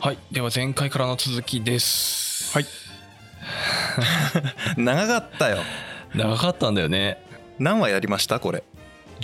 はい、では前回からの続きです。 はい長かったよ。 長かったんだよね。 何話やりましたこれ。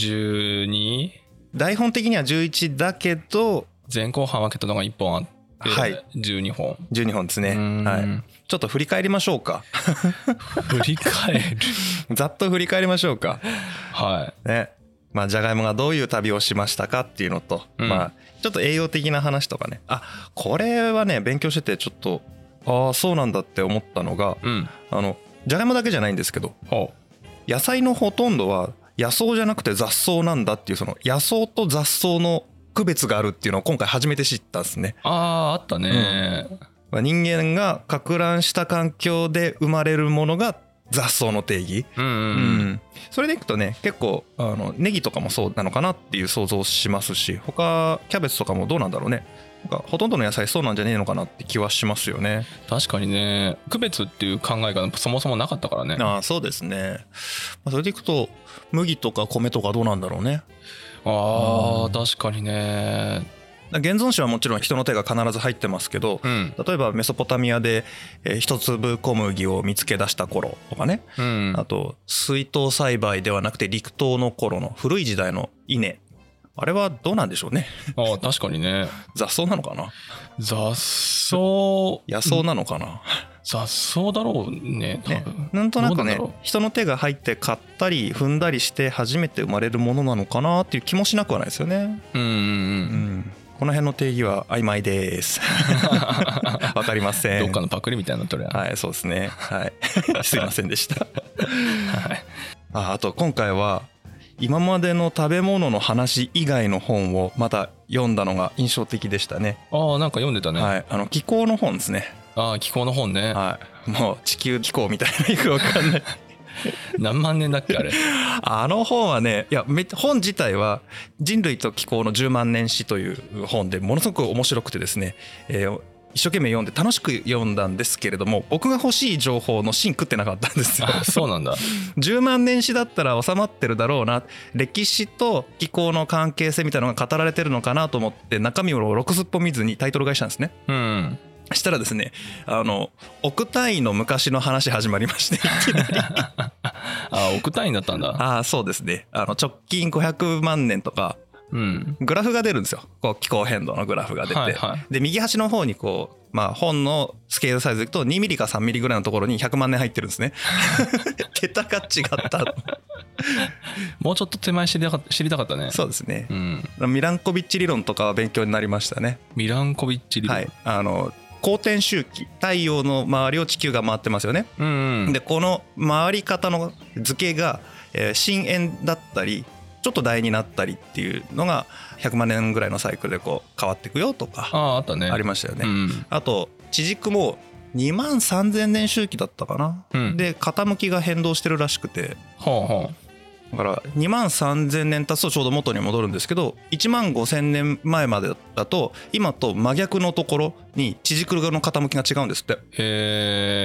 12？ 台本的には11だけど前後半分けたのが1本あって、はい、12本ですね。はい、ちょっと振り返りましょうか振り返るざっと振り返りましょうか。 はいね。まあじゃがいもがどういう旅をしましたかっていうのと、まあちょっと栄養的な話とかね。これはね勉強しててちょっとそうなんだって思ったのが、じゃがいもだけじゃないんですけど、野菜のほとんどは野草じゃなくて雑草なんだっていう、その野草と雑草の区別があるっていうのを今回初めて知ったんですね。 あったね。 人間がか乱した環境で生まれるものが雑草の定義。それでいくとね、結構ネギとかもそうなのかなっていう想像をしますし、他キャベツとかもどうなんだろうね。なんかほとんどの野菜そうなんじゃねえのかなって気はしますよね。確かにね。区別っていう考えがそもそもなかったからね。 そうですね。それでいくと麦とか米とかどうなんだろうね。 確かにね。 現存種はもちろん人の手が必ず入ってますけど、例えばメソポタミアで一粒小麦を見つけ出した頃とかね、あと水耕栽培ではなくて陸耕の頃の古い時代の稲、あれはどうなんでしょうね。 確かにね。 雑草なのかな。 雑草、 野草なのかな。 雑草だろうね。 なんとなくね、人の手が入って刈ったり踏んだりして初めて生まれるものなのかなっていう気もしなくはないですよね。この辺の定義は曖昧ですわかりません。 どっかのパクリみたいなとれ。 はい、そうですね。はいすいませんでしたあと今回は今までの食べ物の話以外の本をまた読んだのが印象的でしたね。 なんか読んでたね。 はい、気候の本ですね。 気候の本ね。 もう地球気候みたいな、よくわかんない何万年だっけあれ。 本はね、いや本自体は人類と気候の10万年史という本でものすごく面白くてですね、一生懸命読んで楽しく読んだんですけれども、僕が欲しい情報の芯食ってなかったんですよ。 そうなんだ。 10万年史だったら収まってるだろうな、歴史と気候の関係性みたいなのが語られてるのかなと思って中身をろくすっぽ見ずにタイトル買いしたんですね。したらですね、億単位の昔の話始まりまして、いきなり億単位だったんだ。 そうですね。直近500万年とかグラフが出るんですよ。こう気候変動のグラフが出て、で右端の方にこう、本のスケールサイズでいくと2ミリか3ミリぐらいのところに100万年入ってるんですね桁が違ったもうちょっと手前知りたかったね。 そうですね、ミランコビッチ理論とかは勉強になりましたね。 ミランコビッチ理論、 公転周期、太陽の周りを地球が回ってますよね。でこの回り方の図形が深円だったりちょっと楕円になったりっていうのが100万年ぐらいのサイクルでこう変わっていくよとかありましたよね。あと地軸も2万3000年周期だったかな、で傾きが変動してるらしくて、だから2万3000年経つとちょうど元に戻るんですけど、1万5000年前までだと今と真逆のところに地軸の傾きが違うんですって。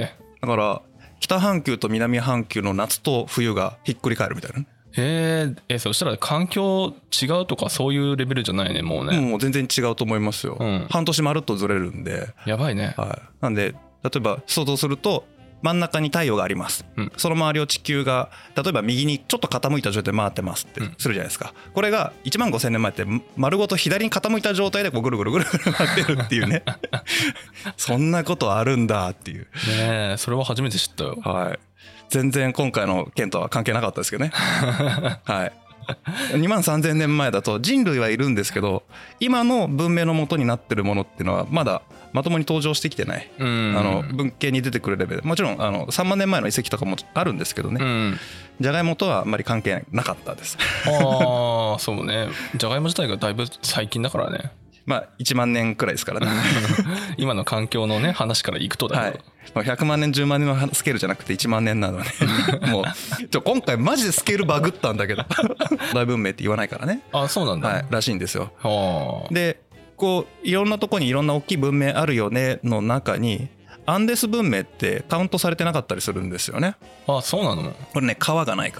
だから北半球と南半球の夏と冬がひっくり返るみたいな。 そしたら環境違うとかそういうレベルじゃないね、もうね。 もう全然違うと思いますよ。半年まるっとずれるんでやばいね。 なんで例えば想像すると真ん中に太陽があります、その周りを地球が例えば右にちょっと傾いた状態で回ってますってするじゃないですか。これが1万5000年前って丸ごと左に傾いた状態でこうぐるぐるぐるぐる回ってるっていうねそんなことあるんだっていうね。それは初めて知ったよ。 全然今回の件とは関係なかったですけどね2万3000年前だと人類はいるんですけど、今の文明の元になってるものっていうのはまだまともに登場してきてない。文献に出てくるレベル、もちろん3万年前の遺跡とかもあるんですけどね、じゃがいもとはあんまり関係なかったですそうね。じゃがいも自体がだいぶ最近だからね。 1万年くらいですからね今の環境のね話からいくとだけど、 100万年10万年のスケールじゃなくて1万年なのねもう今回マジでスケールバグったんだけど大文明って言わないからね。 そうなんだ、 らしいんですよ。でこういろんなとこにいろんな大きい文明あるよねの中にアンデス文明ってカウントされてなかったりするんですよね。 そうなの。 これね、川がないから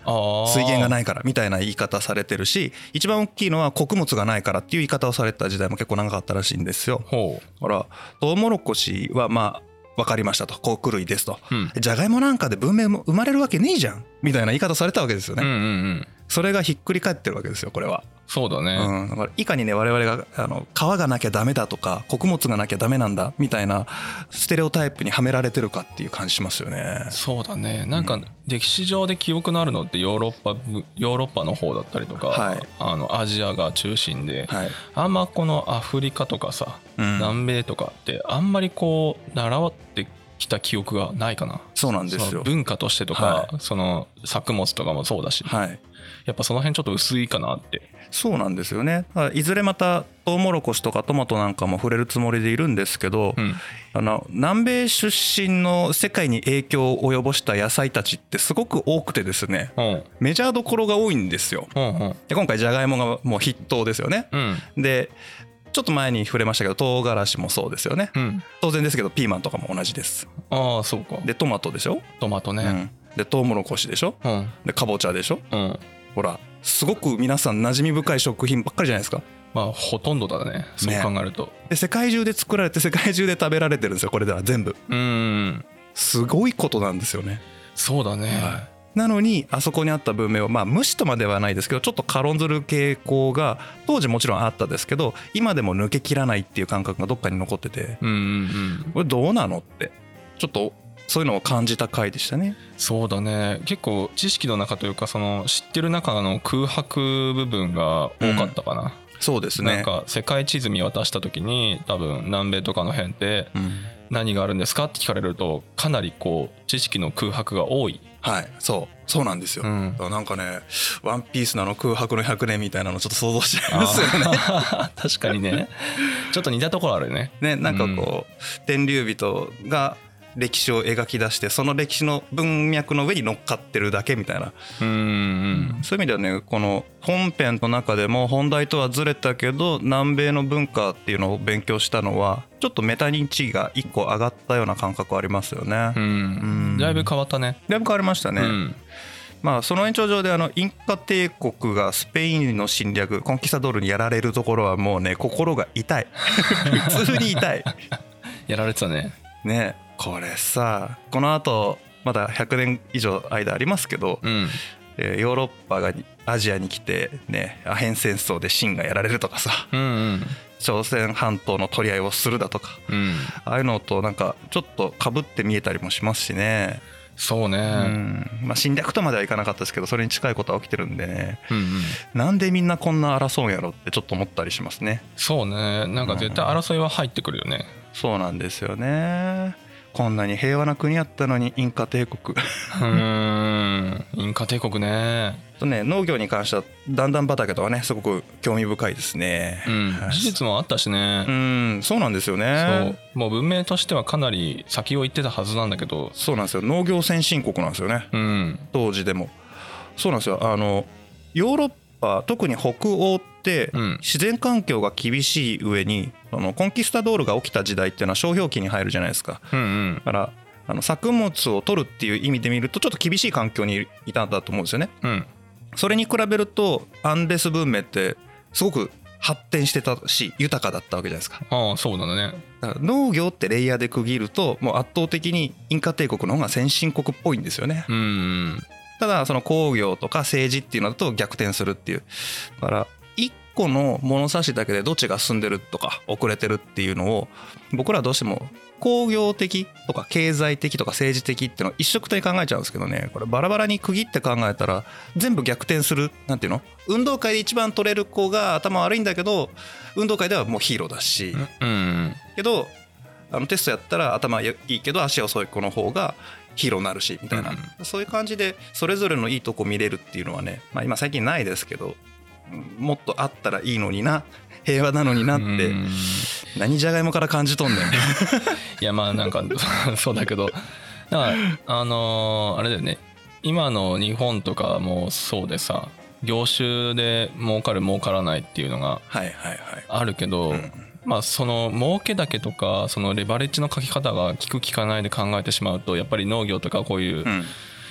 水源がないからみたいな言い方されてるし、一番大きいのは穀物がないからっていう言い方をされてた時代も結構長かったらしいんですよ。ほらトウモロコシはまあ分かりましたと、甲殻類ですと、じゃがいもなんかで文明も生まれるわけねえじゃんみたいな言い方されたわけですよね。それがひっくり返ってるわけですよこれは。 そうだね、 だからいかにね我々が皮がなきゃダメだとか穀物がなきゃダメなんだみたいなステレオタイプにはめられてるかっていう感じしますよね。 そうだね、なんか歴史上で記憶のあるのってヨーロッパの方だったりとか、はい、アジアが中心で、はい、あんまこのアフリカとかさ、南米とかってあんまりこう習ってきた記憶がないかな。 そうなんですよ。 文化としてとか、はい、その作物とかもそうだし、はい、やっぱその辺ちょっと薄いかなって。 そうなんですよね。いずれまたトウモロコシとかトマトなんかも触れるつもりでいるんですけど、南米出身の世界に影響を及ぼした野菜たちってすごく多くてですね、メジャーどころが多いんですよ。で今回じゃがいもがもう筆頭ですよね。でちょっと前に触れましたけど唐辛子もそうですよね、当然ですけどピーマンとかも同じです。 ああそうか。 でトマトでしょ。 トマトね、 でトウモロコシでしょ、でかぼちゃでしょ、ほらすごく皆さん馴染み深い食品ばっかりじゃないですか。 まあほとんどだねそう考えると、 で世界中で作られて世界中で食べられてるんですよこれでは全部。すごいことなんですよね。 そうだね、はい、 なのにあそこにあった文明をまあ無視とまではないですけどちょっと軽んずる傾向が当時もちろんあったですけど今でも抜けきらないっていう感覚がどっかに残ってて、これどうなのってちょっとそういうのを感じた回でしたね。 そうだね、結構知識の中というかその知ってる中の空白部分が多かったかな、 そうですね。 なんか世界地図見渡した時に多分南米とかの辺って何があるんですかって聞かれるとかなりこう知識の空白が多い。 はい、そうなんですよ、なんかねワンピースの空白の100年みたいなのちょっと想像しちゃいますよね確かにねちょっと似たところあるね。 なんかこう、天竜人が歴史を描き出してその歴史の文脈の上に乗っかってるだけみたいな、そういう意味ではねこの本編の中でも本題とはずれたけど南米の文化っていうのを勉強したのはちょっとメタ認知が1個上がったような感覚ありますよね。 だいぶ変わったね。 だいぶ変わりましたね、まあその延長上でインカ帝国がスペインの侵略コンキスタドールにやられるところはもうね心が痛い普通に痛いやられてたね。 ねこれさこの後まだ100年以上間ありますけど、ヨーロッパがアジアに来てねアヘン戦争で清がやられるとかさ、朝鮮半島の取り合いをするだとか、ああいうのとなんかちょっと被って見えたりもしますしね。 そうね、 まあ、侵略とまではいかなかったですけどそれに近いことは起きてるんでね、なんでみんなこんな争うんやろってちょっと思ったりしますね。 そうね、なんか絶対争いは入ってくるよね、 そうなんですよね。こんなに平和な国やったのにインカ帝国インカ帝国ね。 農業に関しては段々畑とかねすごく興味深いですね、 技術もあったしね。 そうなんですよね。 そうもう文明としてはかなり先を行ってたはずなんだけど。 そうなんですよ、農業先進国なんですよね、当時でも。そうなんですよ、ヨーロッパ特に北欧って自然環境が厳しい上にコンキスタドールが起きた時代っていうのは商標期に入るじゃないですか、だから作物を取るっていう意味で見るとちょっと厳しい環境にいたんだと思うんですよね、それに比べるとアンデス文明ってすごく発展してたし豊かだったわけじゃないですか。 そうだね。 だから農業ってレイヤーで区切るともう圧倒的にインカ帝国の方が先進国っぽいんですよね。ただその工業とか政治っていうのだと逆転するっていう。だから一個の物差しだけでどっちが進んでるとか遅れてるっていうのを僕らはどうしても工業的とか経済的とか政治的っていうのを一緒くたに考えちゃうんですけどね、これバラバラに区切って考えたら全部逆転する。なんていうの、運動会で一番取れる子が頭悪いんだけど運動会ではもうヒーローだし、けどテストやったら頭いいけど足遅い子の方がヒーローになるしみたいな、そういう感じでそれぞれのいいとこ見れるっていうのはね、今最近ないですけどもっとあったらいいのにな、平和なのになって。何じゃがいもから感じとんねんいやまあなんかそうだけど、だからあれだよね、今の日本とかもそうでさ、業種で儲かる儲からないっていうのがあるけど、まあその儲けだけとかそのレバレッジの書き方が効く効かないで考えてしまうと、やっぱり農業とかこういう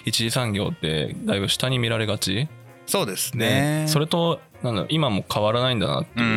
一次産業ってだいぶ下に見られがち。 そうですね。 それと今も変わらないんだなっていう。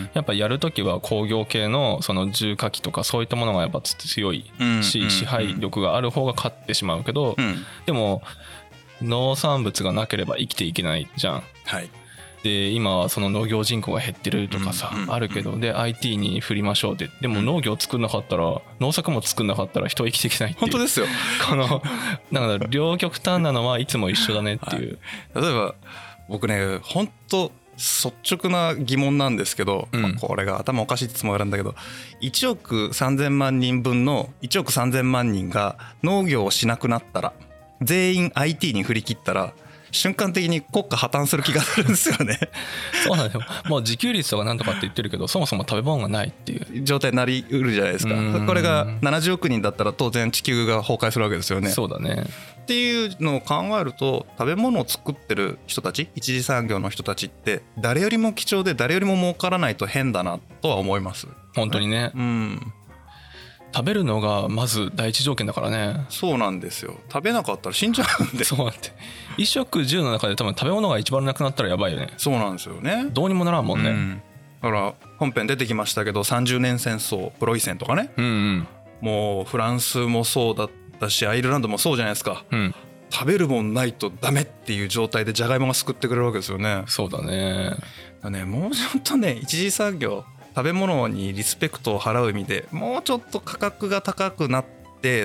やっぱやるときは工業系のその重火器とかそういったものがやっぱ強いし、支配力がある方が勝ってしまうけど、でも農産物がなければ生きていけないじゃん。 はい。 で今はその農業人口が減ってるとかさ、あるけど、で IT に振りましょうって、でも農業作んなかったら、農作物作んなかったら人は生きていけないっていう。 本当ですよ。 このだから両極端なのはいつも一緒だねっていう、 はい、例えば僕ね、本当率直な疑問なんですけど、これが頭おかしいっていつも言われるんだけど、1億3000万人分の1億3000万人が農業をしなくなったら、全員 IT に振り切ったら瞬間的に国家破綻する気がするんですよね。 そうなんですよ。もう自給率とかなんとかって言ってるけど、そもそも食べ物がないっていう状態になりうるじゃないですか。これが70億人だったら当然地球が崩壊するわけですよね。 そうだね。 っていうのを考えると、食べ物を作ってる人たち、一次産業の人たちって誰よりも貴重で誰よりも儲からないと変だなとは思います。 本当にね。食べるのがまず第一条件だからね。 そうなんですよ。食べなかったら死んじゃうんで。 そうだって。衣食住の中で多分食べ物が一番なくなったらやばいよね。 そうなんですよね。 どうにもならんもんね。 だから本編出てきましたけど、30年戦争、プロイセンとかね、もうフランスもそうだったし、アイルランドもそうじゃないですか。食べるもんないとダメっていう状態でジャガイモが救ってくれるわけですよね。 そうだね。 もうちょっとね、一次産業、食べ物にリスペクトを払う意味でもうちょっと価格が高くなって、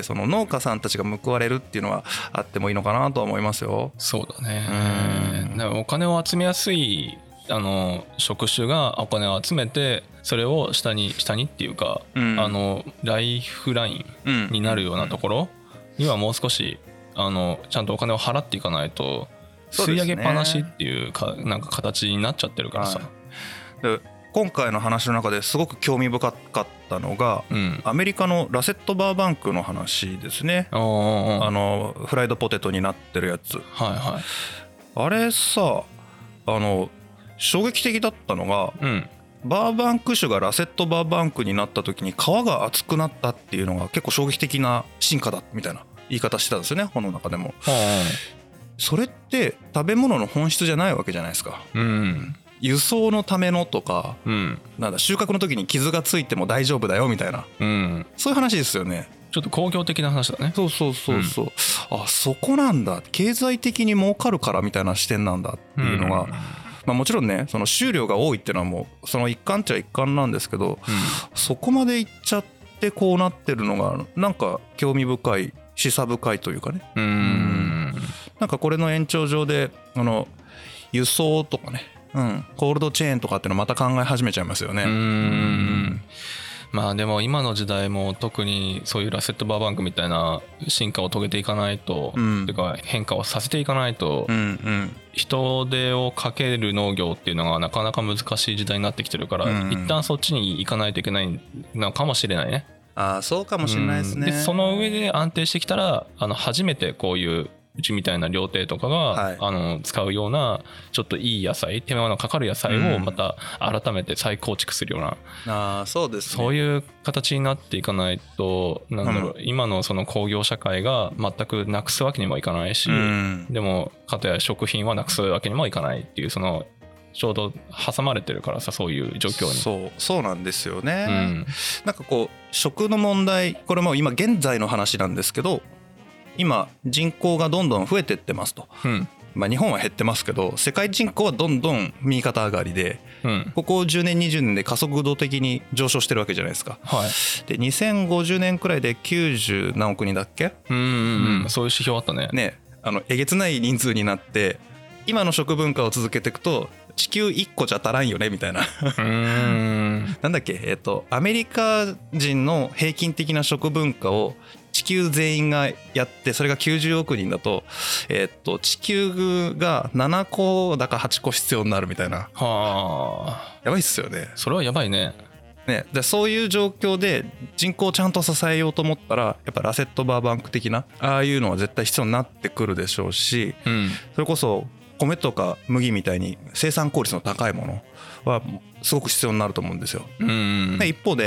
その農家さんたちが報われるっていうのはあってもいいのかなとは思いますよ。 そうだね。だからお金を集めやすい職種がお金を集めて、それを下にっていうか、ライフラインになるようなところにはもう少しちゃんとお金を払っていかないと吸い上げっぱなしっていうか、なんか形になっちゃってるからさ。 で今回の話の中ですごく興味深かったのが、アメリカのラセットバーバンクの話ですね。フライドポテトになってるやつ。あれさ、衝撃的だったのが、バーバンク種がラセットバーバンクになった時に皮が厚くなったっていうのが結構衝撃的な進化だみたいな言い方してたんですよね、本の中でも。それって食べ物の本質じゃないわけじゃないですか。輸送のためのとか、なんだ、収穫の時に傷がついても大丈夫だよみたいな、そういう話ですよね。 ちょっと工業的な話だね。 そう、あ、そこなんだ、経済的に儲かるからみたいな視点なんだっていうのが、もちろんね、その収量が多いっていうのはもうその一環っちゃ一環なんですけど、そこまでいっちゃってこうなってるのがなんか興味深い、示唆深いというかね。なんかこれの延長上で輸送とかね、コールドチェーンとかっていうのまた考え始めちゃいますよね。まあでも今の時代も特にそういうラセットバーバンクみたいな進化を遂げていかないと、てか変化をさせていかないと、人手をかける農業っていうのがなかなか難しい時代になってきてるから、一旦そっちに行かないといけないのかもしれないね。 そうかもしれないですね。 でその上で安定してきたら初めてこういううちみたいな料亭とかが、使うようなちょっといい野菜、手間のかかる野菜をまた改めて再構築するような、 そうですね、 そういう形になっていかないと、なんだろう、今のその工業社会が全くなくすわけにもいかないし、でもかたや食品はなくすわけにもいかないっていう、そのちょうど挟まれてるからさ、そういう状況に。 そうなんですよね。なんかこう食の問題、これも今現在の話なんですけど、今人口がどんどん増えてってますと、日本は減ってますけど世界人口はどんどん右肩上がりで、ここ10年20年で加速度的に上昇してるわけじゃないですか。で2050年くらいで90何億人だっけ。 そういう指標あったね。 えげつない人数になって、今の食文化を続けていくと地球1個じゃ足らんよねみたいななんだっけ、アメリカ人の平均的な食文化を地球全員がやって、それが90億人だと、地球が7個だか8個必要になるみたいな。やばいっすよね。 それはやばいね。 でそういう状況で人口をちゃんと支えようと思ったら、やっぱラセットバーバンク的なああいうのは絶対必要になってくるでしょうし、それこそ米とか麦みたいに生産効率の高いものはすごく必要になると思うんですよ。一方で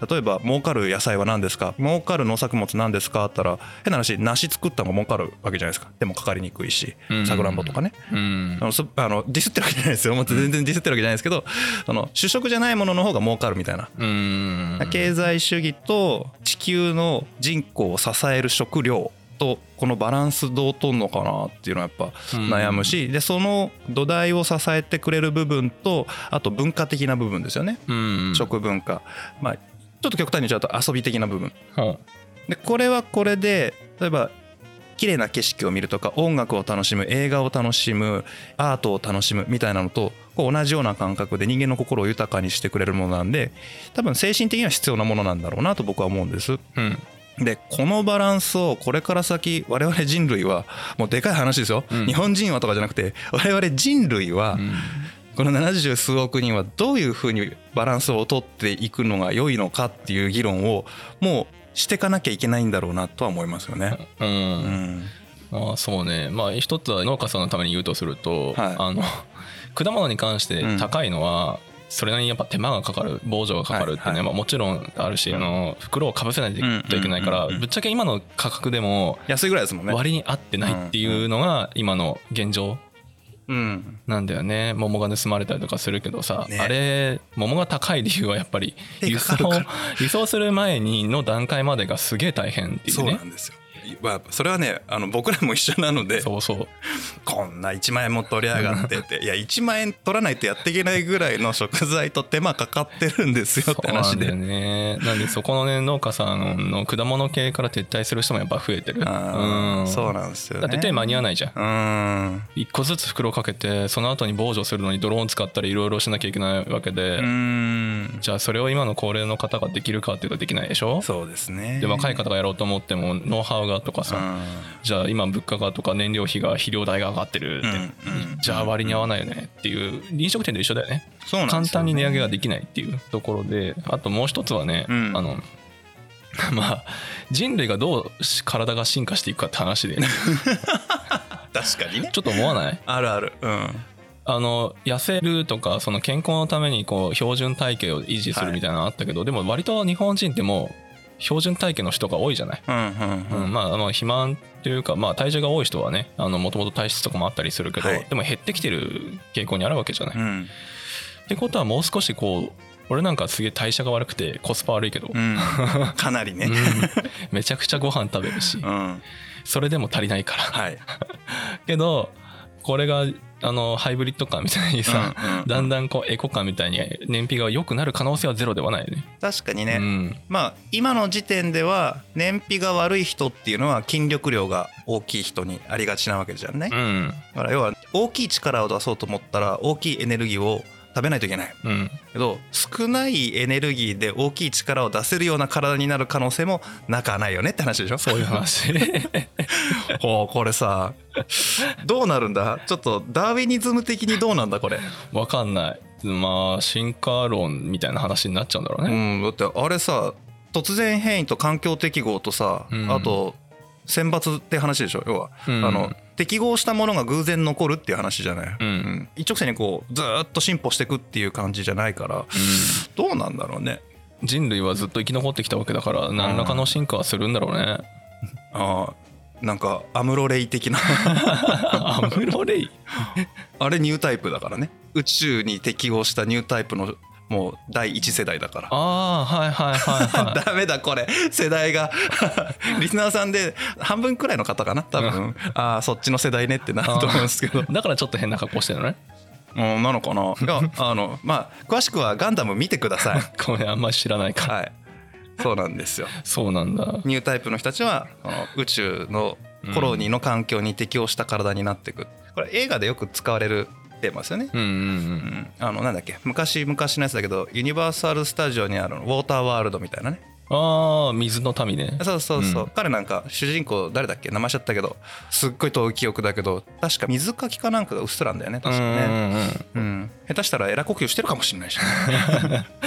例えば儲かる野菜は何ですか、儲かる農作物何ですかって言ったら、変な話梨作った方が儲かるわけじゃないですか。でもかかりにくいし、さくらんぼとかね、ディスってるわけじゃないですよ、もう全然ディスってるわけじゃないですけど、主食じゃないものの方が儲かるみたいな、経済主義と地球の人口を支える食料とこのバランスどうとんのかなっていうのはやっぱ悩むし、でその土台を支えてくれる部分と、あと文化的な部分ですよね、食文化、まあちょっと極端に言っちゃうと遊び的な部分で、これはこれで例えば綺麗な景色を見るとか、音楽を楽しむ、映画を楽しむ、アートを楽しむみたいなのとこう同じような感覚で人間の心を豊かにしてくれるものなんで、多分精神的には必要なものなんだろうなと僕は思うんです。でこのバランスをこれから先我々人類は、もうでかい話ですよ、日本人はとかじゃなくて我々人類は、この70数億人はどういうふうにバランスを取っていくのが良いのかっていう議論をもうしていかなきゃいけないんだろうなとは思いますよね。 まあそうね、まあ一つは農家さんのために言うとすると、果物に関して高いのは、それなりにやっぱ手間がかかる、防除がかかるってね、まあもちろんあるし、袋をかぶせないといけないから、ぶっちゃけ今の価格でも安いぐらいですもんね、 割に合ってないっていうのが今の現状なんだよね。桃が盗まれたりとかするけどさ、あれ桃が高い理由はやっぱり輸送する前にの段階までがすげえ大変っていうね。 そうなんですよ。それはね、僕らも一緒なので、 そうそう、 こんな1万円も取りやがってっていや1万円取らないとやっていけないぐらいの食材と手間かかってるんですよって話で。 そうなんだよね。なんでそこのね、農家さんの果物系から撤退する人もやっぱ増えてる。 そうなんですよね。 だって手間に合わないじゃん。1個ずつ袋かけてその後に防除するのにドローン使ったりいろいろしなきゃいけないわけで、じゃあそれを今の高齢の方ができるかっていうとできないでしょ。 そうですね。 で若い方がやろうと思ってもノウハウがとかさ、じゃあ今物価がとか燃料費が肥料代が上がってるって、じゃあ割に合わないよねっていう、飲食店と一緒だよね。 そうなんですよね。 簡単に値上げができないっていうところで、あともう一つはね、まあ人類がどう体が進化していくかって話で確かにね、 ちょっと思わない？ あるある。 痩せるとかその健康のためにこう標準体型を維持するみたいなのあったけど、でも割と日本人ってもう標準体型の人が多いじゃない。まあ肥満というか、まあ体重が多い人はね、もともと体質とかもあったりするけど、でも減ってきてる傾向にあるわけじゃない。ってことはもう少しこう、俺なんかすげえ代謝が悪くてコスパ悪いけど、 かなりね、 めちゃくちゃご飯食べるし、それでも足りないからけどこれがハイブリッドカーみたいにさ、だんだんこうエコカーみたいに燃費が良くなる可能性はゼロではないよね。 確かにね、まあ今の時点では燃費が悪い人っていうのは筋力量が大きい人にありがちなわけじゃんね。だから要は大きい力を出そうと思ったら大きいエネルギーを食べないといけない、けど少ないエネルギーで大きい力を出せるような体になる可能性もなくはないよねって話でしょ。 そういう話これさどうなるんだ、ちょっとダーウィニズム的にどうなんだこれ。 分かんない。まあ進化論みたいな話になっちゃうんだろうね。 だってあれさ、突然変異と環境適合とさ、あと選抜って話でしょ。要は、適合したものが偶然残るっていう話じゃない、一直線にこうずっと進歩していくっていう感じじゃないから、どうなんだろうね。 人類はずっと生き残ってきたわけだから何らかの進化はするんだろうね。 なんかアムロレイ的なアムロレイあれニュータイプだからね。宇宙に適合したニュータイプのもう第一世代だから。ダメだこれ世代がリスナーさんで半分くらいの方かな多分そっちの世代ねってなると思うんですけど、 だからちょっと変な格好してるのね。 なのかな。いやまあ詳しくはガンダム見てください。 ごめんあんまり知らないから。 そうなんですよ。 そうなんだ。 ニュータイプの人たちは宇宙のコロニーの環境に適応した体になっていく。これ映画でよく使われるテーマですよね。なんだっけ、昔のやつだけどユニバーサルスタジオにあるウォーターワールドみたいなね。 水の民ね。 そう、彼なんか主人公誰だっけ、名前しちゃったけどすっごい遠い記憶だけど確か水かきかなんかがうっすらんだよね確かね。下手したらエラ呼吸してるかもしれないし、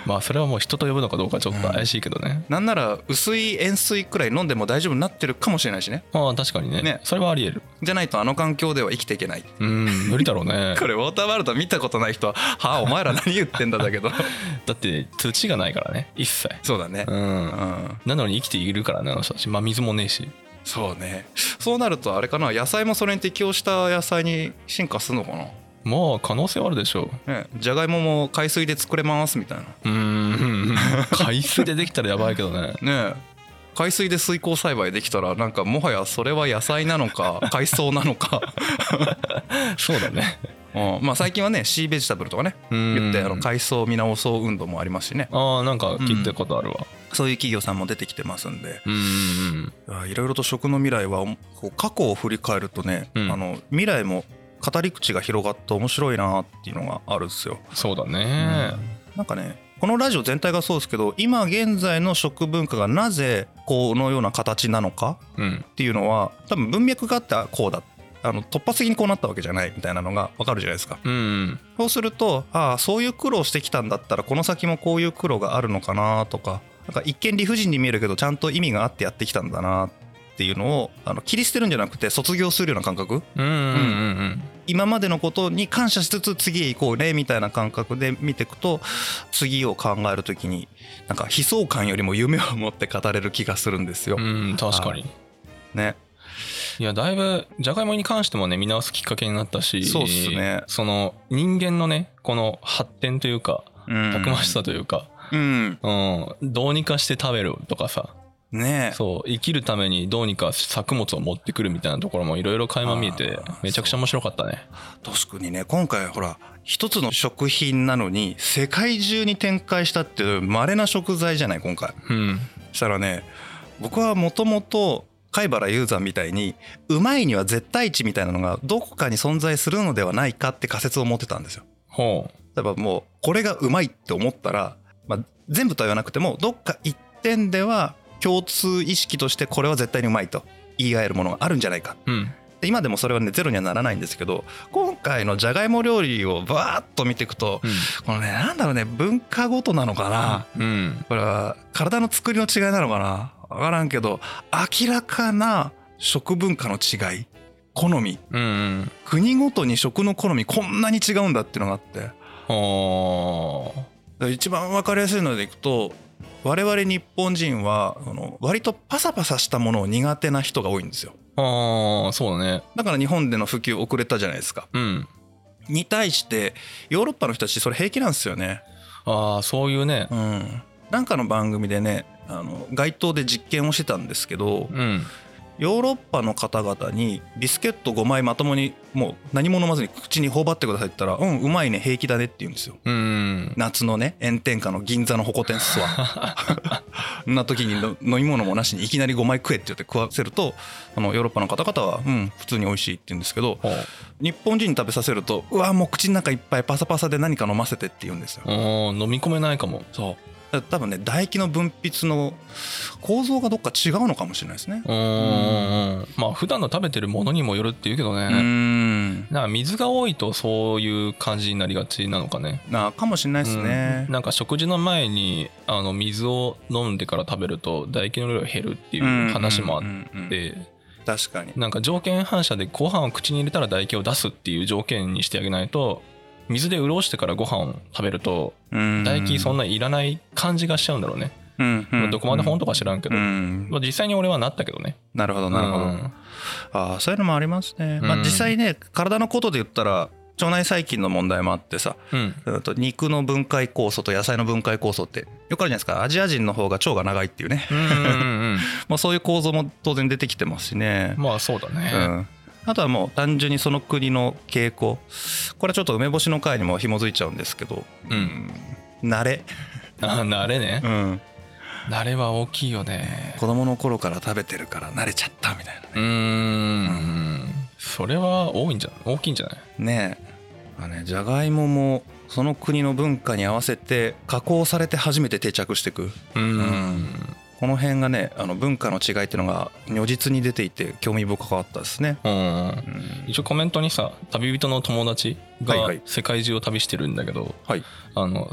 まあそれはもう人と呼ぶのかどうかちょっと怪しいけどね、 なんなら薄い塩水くらい飲んでも大丈夫になってるかもしれないしね。 ああ確かに ねそれはありえる。 じゃないとあの環境では生きていけない。 無理だろうねこれウォーターワールド見たことない人ははあお前ら何言ってんだけどだって土がないからね一切。 そうだね、 なのに生きているからねあの人たち。まあ水もねえし。 そうね。そうなるとあれかな、野菜もそれに適応した野菜に進化するのかな。 まあ可能性はあるでしょう、 ね、じゃがいもも海水で作れますみたいな。 海水でできたらやばいけどね。 ね、海水で水耕栽培できたらなんかもはやそれは野菜なのか海藻なのかそうだねまあ最近はねシーベジタブルとかね言って海藻を見直そう運動もありますしね。 ああなんか聞いたことあるわ、 そういう企業さんも出てきてますんで、いろいろと食の未来は過去を振り返るとね、未来も語り口が広がって面白いなっていうのがあるんですよ。 そうだね、 なんかねこのラジオ全体がそうですけど今現在の食文化がなぜこのような形なのかっていうのは多分文脈があってこうだ、突発的にこうなったわけじゃないみたいなのが分かるじゃないですか、そうするとそういう苦労してきたんだったらこの先もこういう苦労があるのかなとか、なんか一見理不尽に見えるけどちゃんと意味があってやってきたんだなっていうのを切り捨てるんじゃなくて卒業するような感覚、今までのことに感謝しつつ次へ行こうねみたいな感覚で見ていくと次を考えるときになんか悲壮感よりも夢を持って語れる気がするんですよ。 確かにね。 いやだいぶじゃがいもに関してもね見直すきっかけになったし、 そうっすね。 その人間のねこの発展というかたくましさというか、どうにかして食べるとかさね、 そう生きるためにどうにか作物を持ってくるみたいなところもいろいろ垣間見えてめちゃくちゃ面白かったね。 確かにね今回ほら一つの食品なのに世界中に展開したっていう稀な食材じゃない今回、したらね僕はもともと貝原雄山みたいにうまいには絶対値みたいなのがどこかに存在するのではないかって仮説を持ってたんですよ。例えばもうこれがうまいって思ったら、全部とは言わなくてもどっか一点では共通意識としてこれは絶対にうまいと言い合えるものがあるんじゃないか、で今でもそれはねゼロにはならないんですけど今回のじゃがいも料理をバーッと見ていくと、このねなんだろうね文化ごとなのかな、これは体の作りの違いなのかな分からんけど明らかな食文化の違い好み、国ごとに食の好みこんなに違うんだっていうのがあって、一番分かりやすいのでいくと我々日本人は割とパサパサしたものを苦手な人が多いんですよ。 そうだね。 だから日本での普及遅れたじゃないですか、に対してヨーロッパの人たちそれ平気なんですよね。 そういうね、 なんかの番組でね街頭で実験をしてたんですけど、ヨーロッパの方々にビスケット5枚まともにもう何も飲まずに口に頬張ってくださいって言ったらうまいね平気だねって言うんですよ。夏のね炎天下の銀座のホコ天っすわそんな時に飲み物もなしにいきなり5枚食えって言って食わせるとヨーロッパの方々は普通に美味しいって言うんですけど、日本人に食べさせるともう口の中いっぱいパサパサで何か飲ませてって言うんですよ。 飲み込めないかも。 そう多分ね唾液の分泌の構造がどっか違うのかもしれないですね。 まあ普段の食べてるものにもよるっていうけどね。なんか水が多いとそういう感じになりがちなのかね。 かもしれないですね。 なんか食事の前に水を飲んでから食べると唾液の量が減るっていう話もあって、 確かになんか条件反射でご飯を口に入れたら唾液を出すっていう条件にしてあげないと水で潤してからご飯を食べると唾液そんないらない感じがしちゃうんだろうね。どこまで本とか知らんけど、実際に俺はなったけどね。なるほどなるほど、そういうのもありますね。実際ね体のことで言ったら腸内細菌の問題もあってさ、肉の分解酵素と野菜の分解酵素ってよくあるじゃないですか。アジア人の方が腸が長いっていうねそういう構造も当然出てきてますしね。 そうだね、 あとはもう単純にその国の傾向、これはちょっと梅干しの回にも紐づいちゃうんですけど、慣れ慣れね、慣れは大きいよね。 子供の頃から食べてるから慣れちゃったみたいなね。 それは大きいんじゃないねえ。じゃがいももその国の文化に合わせて加工されて初めて定着していく。この辺がね文化の違いっていうのが如実に出ていて興味深かったですね。 一応コメントにさ旅人の友達が世界中を旅してるんだけど、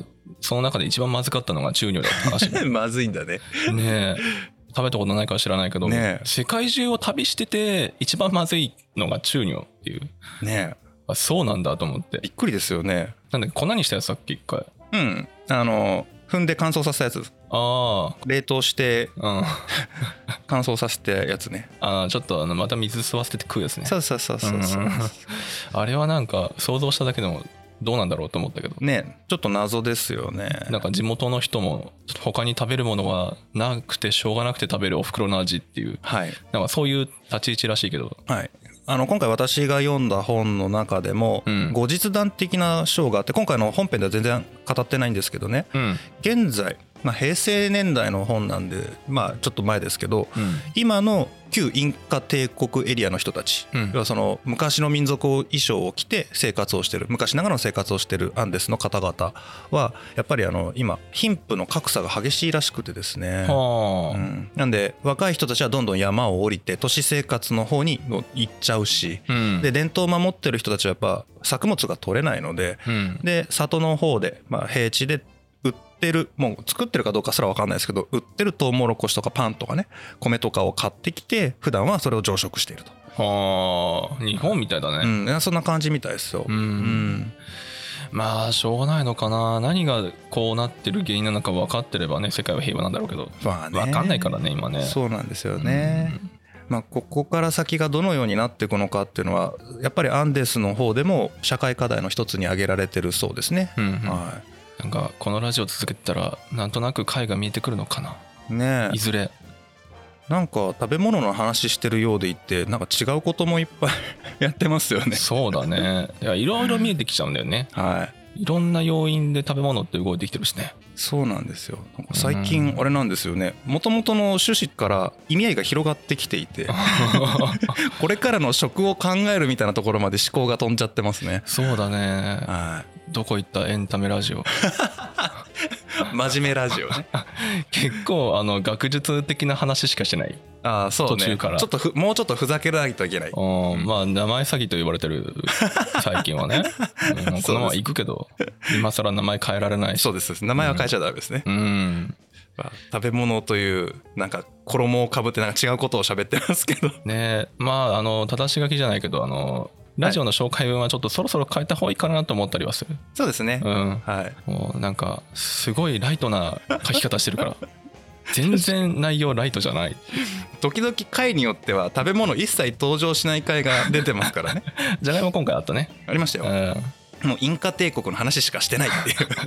その中で一番まずかったのがチューニョだったらしい。 まずいんだね。 ねえ、食べたことないから知らないけど、 ね、 世界中を旅してて一番まずいのがチューニョっていう。 ねえ、 あ、そうなんだと思って。 びっくりですよね。 なんで粉にしたやつさっき一回。 うん、踏んで乾燥させたやつ。 ああ、 冷凍して、 うん、 乾燥させたやつね。 ああ、ちょっとまた水吸わせて食うやつね。 そうそうそうそうそう、 あれはなんか想像しただけでもどうなんだろうと思ったけどね、ちょっと謎ですよね。 なんか地元の人も他に食べるものがなくてしょうがなくて食べるお袋の味っていう、 はい、 なんかそういう立ち位置らしいけど、 はい、今回私が読んだ本の中でも後日談的な章があって、今回の本編では全然語ってないんですけどね、現在平成年代の本なんでちょっと前ですけど、今の旧インカ帝国エリアの人たち、要はその昔の民族衣装を着て生活をしてる、昔ながらの生活をしてるアンデスの方々はやっぱり今貧富の格差が激しいらしくてですね、なんで若い人たちはどんどん山を降りて都市生活の方に行っちゃうし、で伝統を守ってる人たちはやっぱ作物が取れないので、で里の方で平地で売ってる、もう作ってるかどうかすら分かんないですけど、売ってるトウモロコシとかパンとかね、米とかを買ってきて普段はそれを常食していると。 はあ、日本みたいだね。 そんな感じみたいですよ。 まあしょうがないのかな。何がこうなってる原因なのか分かってればね、世界は平和なんだろうけど、分かんないからね今ね。 そうなんですよね。ここから先がどのようになっていくのかっていうのはやっぱりアンデスの方でも社会課題の一つに挙げられてるそうですね。 なんかこのラジオ続けてたらなんとなく解が見えてくるのかなね。 いずれなんか食べ物の話してるようでいってなんか違うこともいっぱいやってますよね。 そうだね。いろいろ見えてきちゃうんだよね。いろんな要因で食べ物って動いてきてるしね。そうなんですよ。なんか最近あれなんですよね、もともとの趣旨から意味合いが広がってきていてこれからの食を考えるみたいなところまで思考が飛んじゃってますね。 そうだね、どこ行ったエンタメラジオ真面目ラジオね結構学術的な話しかしてない。 そうね、途中からもうちょっとふざけないといけない。名前詐欺と言われてる最近はねこのまま行くけど今更名前変えられないし。 そうです、名前は変えちゃダメですね。食べ物というなんか衣をかぶってなんか違うことを喋ってますけどね。正し書きじゃないけどラジオの紹介文はちょっとそろそろ変えた方がいいかなと思ったりはする。 そうですね。 もうなんかすごいライトな書き方してるから全然内容ライトじゃない時々回によっては食べ物一切登場しない回が出てますからねじゃがいも今回あったね。 ありましたよ。もうインカ帝国の話しかしてないっていう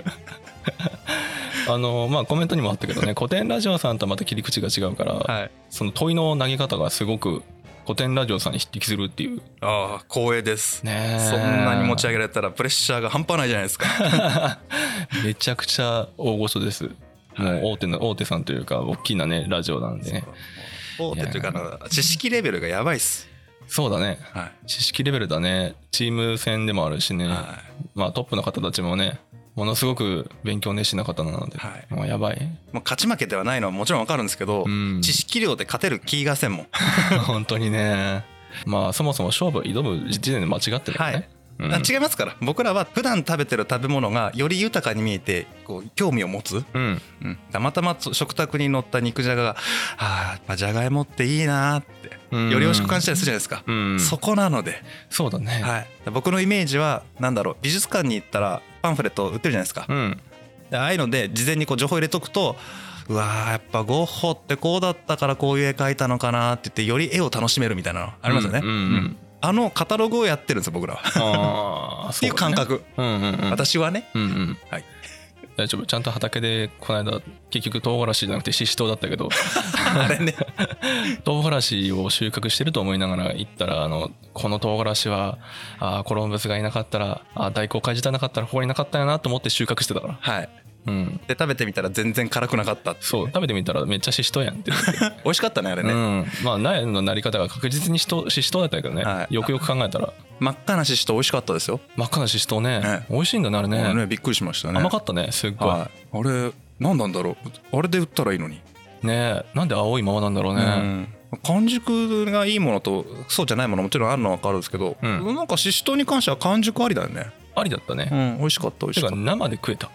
コメントにもあったけどね、古典ラジオさんとはまた切り口が違うから、その問いの投げ方がすごく古典ラジオさんに匹敵するっていう。 光栄ですね。 そんなに持ち上げられたらプレッシャーが半端ないじゃないですかめちゃくちゃ大御所です。もう大手さんというか大きなねラジオなんでね。 大手というか知識レベルがやばいっす。 そうだね、知識レベルだね。チーム戦でもあるしね、トップの方たちもねものすごく勉強熱心な方なので、もうやばい。 もう勝ち負けではないのはもちろん分かるんですけど、知識量で勝てる気がせんもん本当にね。そもそも勝負挑む時点で間違ってるよね。 違いますから。僕らは普段食べてる食べ物がより豊かに見えてこう興味を持つ、たまたま食卓に乗った肉じゃががやっぱじゃがいもっていいなってより美味しく感じたりするじゃないですか、そこなので。 そうだね、 僕のイメージは美術館に行ったらパンフレット売ってるじゃないですか、ああいうので事前にこう情報入れとくと、うわーやっぱゴッホってこうだったからこういう絵描いたのかなって言ってより絵を楽しめるみたいなのありますよね。カタログをやってるんですよ僕らはっていう感覚、私はね。 大丈夫。ちゃんと畑でこの間結局唐辛子じゃなくてシシトウだったけどあれね唐辛子を収穫してると思いながら行ったらこの唐辛子はコロンブスがいなかったら大航海時代なかったらここになかったよなと思って収穫してたから。で食べてみたら全然辛くなかったって、そう食べてみたらめっちゃシシトウやんって美味しかったねあれね。 苗のなり方が確実にシシトウだったけどね、よくよく考えたら真っ赤なシシトウ美味しかったですよ。 真っ赤なシシトウね、美味しいんだねあれね。 びっくりしましたね。 甘かったねすっごい。 あれ何なんだろう、あれで売ったらいいのにね。なんで青いままなんだろうね。 完熟がいいものとそうじゃないものもちろんあるのは分かるんですけど、なんかシシトウに関しては完熟ありだよね。 ありだったね。 美味しかった美味しかった。 生で食えた。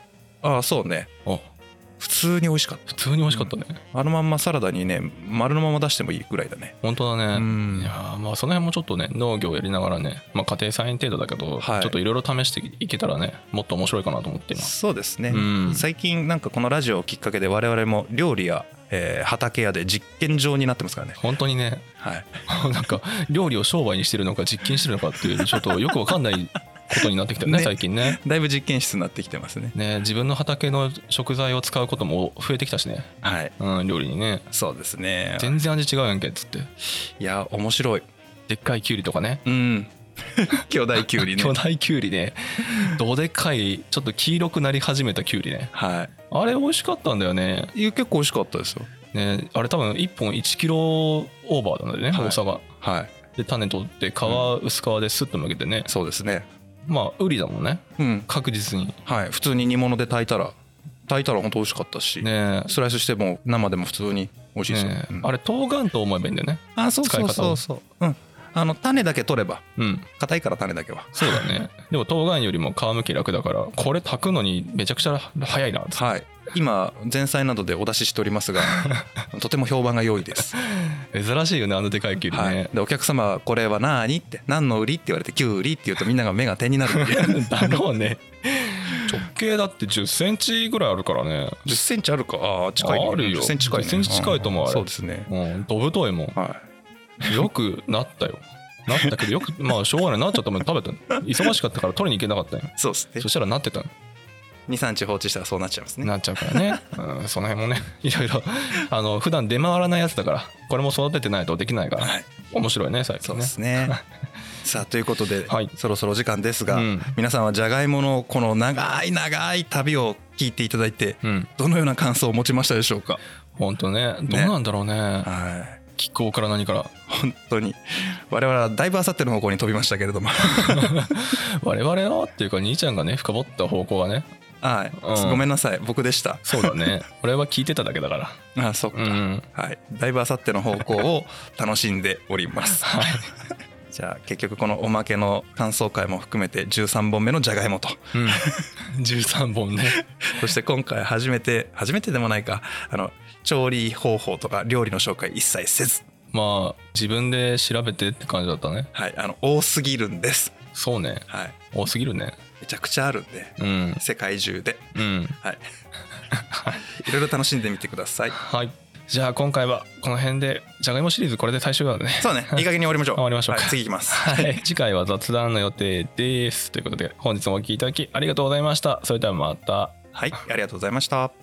ああそうね、 お普通に美味しかった。 普通に美味しかったね、 あのまんまサラダにね丸のまま出してもいいぐらいだね。 本当だね、 うんいやまあその辺もちょっとね農業やりながらね、まあ、家庭菜園程度だけど、 はいちょっといろいろ試していけたらねもっと面白いかなと思って今。 そうですね、 うん最近なんかこのラジオをきっかけで我々も料理や、畑屋で実験場になってますからね。 本当にねはいなんか料理を商売にしてるのか実験してるのかっていうちょっとよくわかんないことになってきたねね最近ね。 だいぶ実験室になってきてますね。 ね自分の畑の食材を使うことも増えてきたしね、 はいうん、料理にねそうですね。 全然味違うやんけっつっていや面白い。 でっかいきゅうりとかねうん巨大きゅうりね。 巨大きゅうりねどでかいちょっと黄色くなり始めたきゅうりねはあれ美味しかったんだよね。 い結構美味しかったですよ。 ねあれ多分1本1キロオーバーなんだよね、 はい重さが。 はいで種取って薄皮ですっと剥けてね、 そうですね。 まあウリだもんねうん確実にはい普通に煮物で炊いたら本当美味しかったし、 ねスライスしても生でも普通に美味しいですよ、 ねうんあれ冬瓜と思えばいいんだよね。 あそうそうそうそううん種だけ取ればうん硬いから種だけはそうだねでも冬瓜よりも皮むき楽だからこれ炊くのにめちゃくちゃ早いなっつってはい今前菜などでお出ししておりますがとても評判が良いです、 珍しいよねあのでかいきゅうりね、 はい、でお客様はこれは何って何の売りって言われてキュウリって言うとみんなが目が点になるっていうだろうね直径だって10センチぐらいあるからね。 10センチあるか。ああ近いね。 あるよ 10センチ近いね。 10センチ近いと思うあれそうですね。 うんどぶといもん。 はよくなったよ。なったけどよくまあしょうがないなっちゃったもん食べたの。忙しかったから取りに行けなかったよ。 い。そうですねそ。したらなってたの。 2、3日放置したらそうなっちゃいますね。 なっちゃうからね、うん、その辺もねいろいろ普段出回らないやつだからこれも育ててないとできないから、 はい。 面白いね最近ね。 そうですね。さあということで、 はいそろそろお時間ですが、 うん皆さんはじゃがいものこの長い長い旅を聞いていただいて、 うんどのような感想を持ちましたでしょうか。 ほんとねどうなんだろうねはい。 気候から何から本当に我々はだいぶあさっての方向に飛びましたけれども我々はっていうか兄ちゃんがね深掘った方向がねはい、 うんごめんなさい僕でした。 そうだね俺は聞いてただけだからあそっか、 うんはい、だいぶあさっての方向を楽しんでおりますはいじゃあ結局このおまけの感想会も含めて13本目のじゃがいもとうん13本ねそして今回初めてでもないか調理方法とか料理の紹介一切せず、 まあ自分で調べてって感じだったね。 はい、多すぎるんです。 そうねはい、 多すぎるね。 めちゃくちゃあるんで、 うん世界中で、 うんはいいろいろ楽しんでみてください。 はいじゃあ今回はこの辺でじゃがいもシリーズこれで最終話だね。 そうねいい加減に終わりましょう。 終わりましょうかはい、次いきます。 はい次回は雑談の予定ですということで本日もお聞きいただきありがとうございました。それではまた。 はい、ありがとうございました。